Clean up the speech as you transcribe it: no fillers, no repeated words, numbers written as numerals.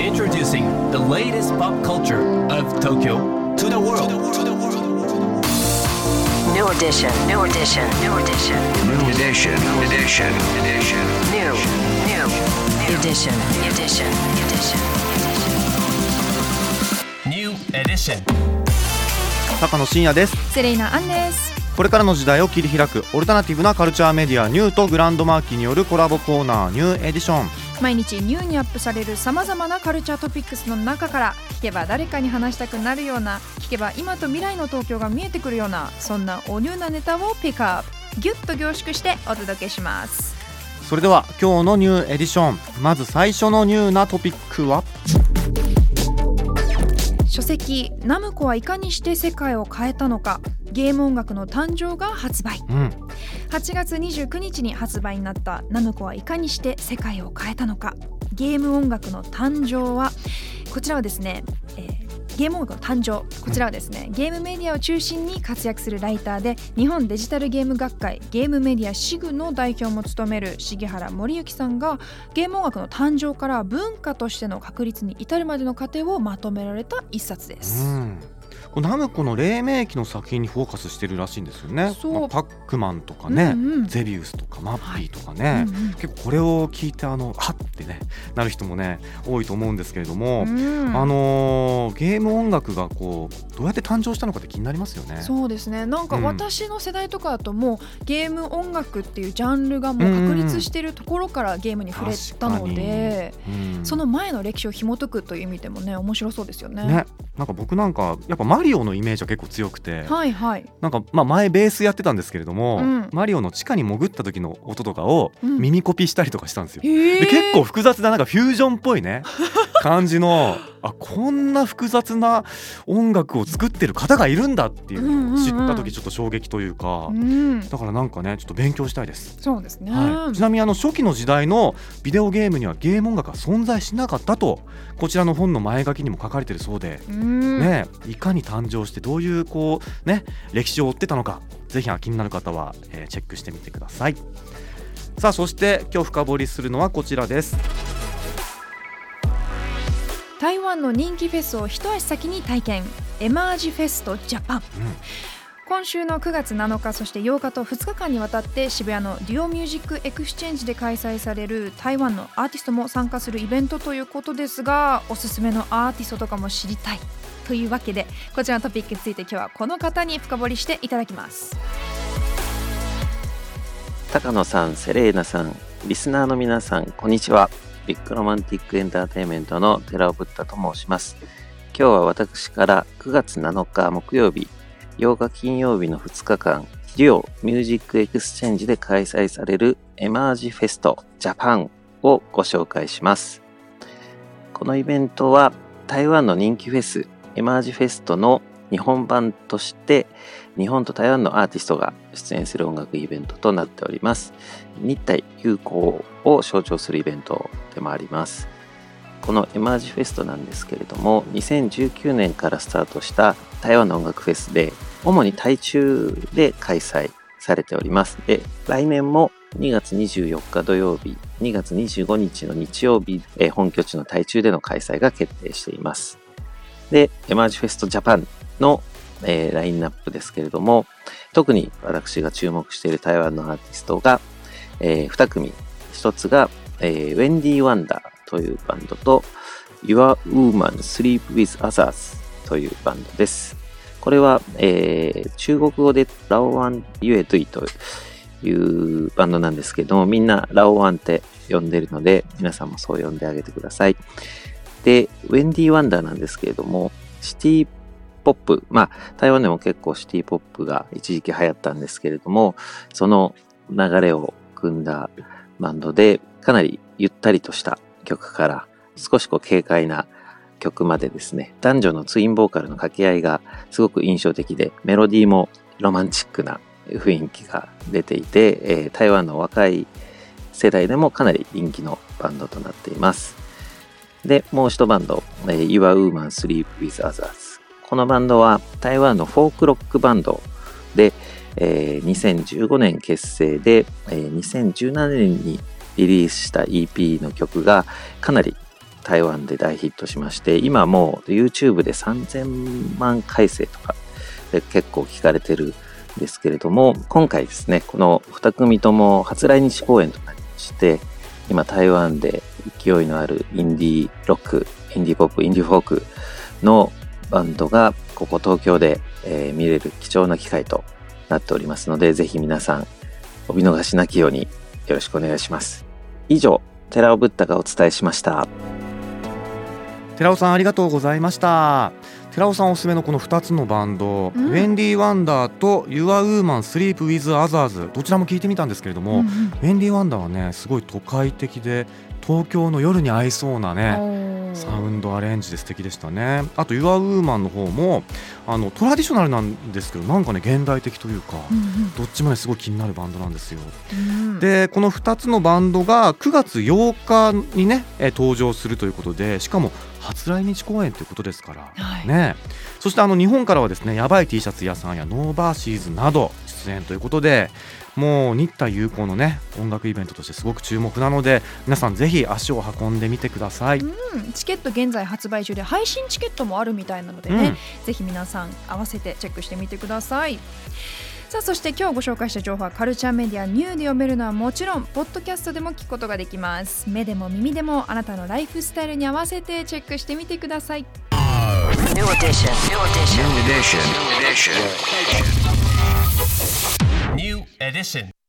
Introducing the latest pop culture of Tokyo to the world. New edition, new edition, new edition, New edition, edition, edition. new edition, edition, edition. New edition. 高野真也です。 セレイナアンです。 これからの時代を切り開くオルタナティブなカルチャーメディアニューとグランドマーキーによるコラボコーナーニューエディション。 毎日ニューにアップされるさまざまなカルチャートピックスの中から聞けば誰かに話したくなるような、聞けば今と未来の東京が見えてくるような、そんなおニューなネタをピックアップギュッと凝縮してお届けします。 それでは今日のニューエディション、まず最初のニューなトピックは、 書籍ナムコはいかにして世界を変えたのか、ゲーム音楽の誕生が発売。8月29日に発売になったナムコはいかにして世界を変えたのか、ゲーム音楽の誕生はこちらはですね、ゲーム音楽の誕生、こちらはですね、ゲームメディアを中心に活躍するライターで日本デジタルゲーム学会ゲームメディアシグの代表も務める重原森幸さんが、ゲーム音楽の誕生から文化としての確立に至るまでの過程をまとめられた一冊です。 ナムコの黎明期の作品にフォーカスしてるらしいんですよね。パックマンとかね、ゼビウスとかマッピーとかね、結構これを聞いてはってねなる人もね多いと思うんですけれども、ゲーム音楽がこうどうやって誕生したのかって気になりますよね。 そうですね、なんか私の世代とかだともうゲーム音楽っていうジャンルがもう確立しているところからゲームに触れたので、その前の歴史を紐解くという意味でもね面白そうですよ ね。 なんか僕なんかやっぱマリオのイメージは結構強くて、なんか前ベースやってたんですけれども、マリオの地下に潜った時の音とかを耳コピしたりとかしたんですよ。で結構複雑ななんかフュージョンっぽいね感じのこんな複雑な音楽を作ってる方がいるんだっていうのを知った時ちょっと衝撃というか、だからなんかねちょっと勉強したいです。 そうですね、 ちなみに初期の時代のビデオゲームにはゲーム音楽が存在しなかったとこちらの本の前書きにも書かれているそうで、いかに誕生してどういう歴史を追ってたのか、ぜひ気になる方はチェックしてみてください。さあそして今日深掘りするのはこちらです。 台湾の人気フェスを一足先に体験、エマージフェストジャパン。今週の9月7日そして8日と2日間にわたって渋谷のデュオミュージックエクスチェンジで開催される台湾のアーティストも参加するイベントということですが、おすすめのアーティストとかも知りたいというわけで、こちらのトピックについて今日はこの方に深掘りしていただきます。 高野さん、セレーナさん、リスナーの皆さん、こんにちは。ビッグロマンティックエンターテインメントの寺尾ブッダと申します。今日は私から9月7日木曜日、8日金曜日の2日間、デュオミュージックエクスチェンジで開催されるエマージフェストジャパンをご紹介します。このイベントは台湾の人気フェスエマージフェストの日本版として日本と台湾のアーティストが出演する音楽イベントとなっております。日台友好を象徴するイベントでもあります。このエマージフェストなんですけれども、2019年からスタートした台湾の音楽フェスで、主に台中で開催されております。で、来年も2月24日土曜日、2月25日の日曜日、本拠地の台中での開催が決定しています。で、エマージフェストジャパンの、ラインナップですけれども、特に私が注目している台湾のアーティストが、2組。1つが、ウェンディ・ワンダーというバンドと Your Woman Sleep with Others というバンドです。これは、中国語でラオワン・ユエトゥイというバンドなんですけども、みんなラオワンって呼んでるので皆さんもそう呼んであげてください。で、ウェンディ・ワンダーなんですけれども、シティポップ、台湾でも結構シティポップが一時期流行ったんですけれども、その流れを組んだバンドで、かなりゆったりとした曲から少し軽快な曲までですね、男女のツインボーカルの掛け合いがすごく印象的で、メロディーもロマンチックな雰囲気が出ていて、台湾の若い世代でもかなり人気のバンドとなっています。で、もう一バンド、Your Woman Sleep with Others。このバンドは台湾のフォークロックバンドで、2015年結成で、2017年にリリースした EP の曲がかなり台湾で大ヒットしまして、今もう YouTube で3000万回生とかで結構聞かれてるんですけれども、今回ですね、この2組とも初来日公演となりまして、今台湾で勢いのあるインディーロック、インディーポップ、インディーフォークのバンドがここ東京で、見れる貴重な機会となっておりますので、ぜひ皆さんお見逃しなきようによろしくお願いします。以上、寺尾ブッダがお伝えしました。 寺尾さんありがとうございました。寺尾さんおすすめのこの2つのバンド、ウェンディ・ワンダーと Your Woman Sleep with Others、 どちらも聞いてみたんですけれども、ウェンディ・ワンダーはねすごい都会的で東京の夜に合いそうなねサウンドアレンジで素敵でしたね。あと Your Woman の方もトラディショナルなんですけどなんかね現代的というか、どっちもねすごい気になるバンドなんですよ。でこの2つのバンドが9月8日にね登場するということで、しかも初来日公演ということですから、ね、そして日本からはですねやばい T シャツ屋さんやノーバーシーズなど出演ということで、もう日台友好のね音楽イベントとしてすごく注目なので、皆さんぜひ足を運んでみてください。 チケット現在発売中で配信チケットもあるみたいなのでね、ぜひ皆さん合わせてチェックしてみてください。さあそして今日ご紹介した情報はカルチャーメディアニューで読めるのはもちろんポッドキャストでも聞くことができます。目でも耳でもあなたのライフスタイルに合わせてチェックしてみてください。 New edition. New edition. New edition.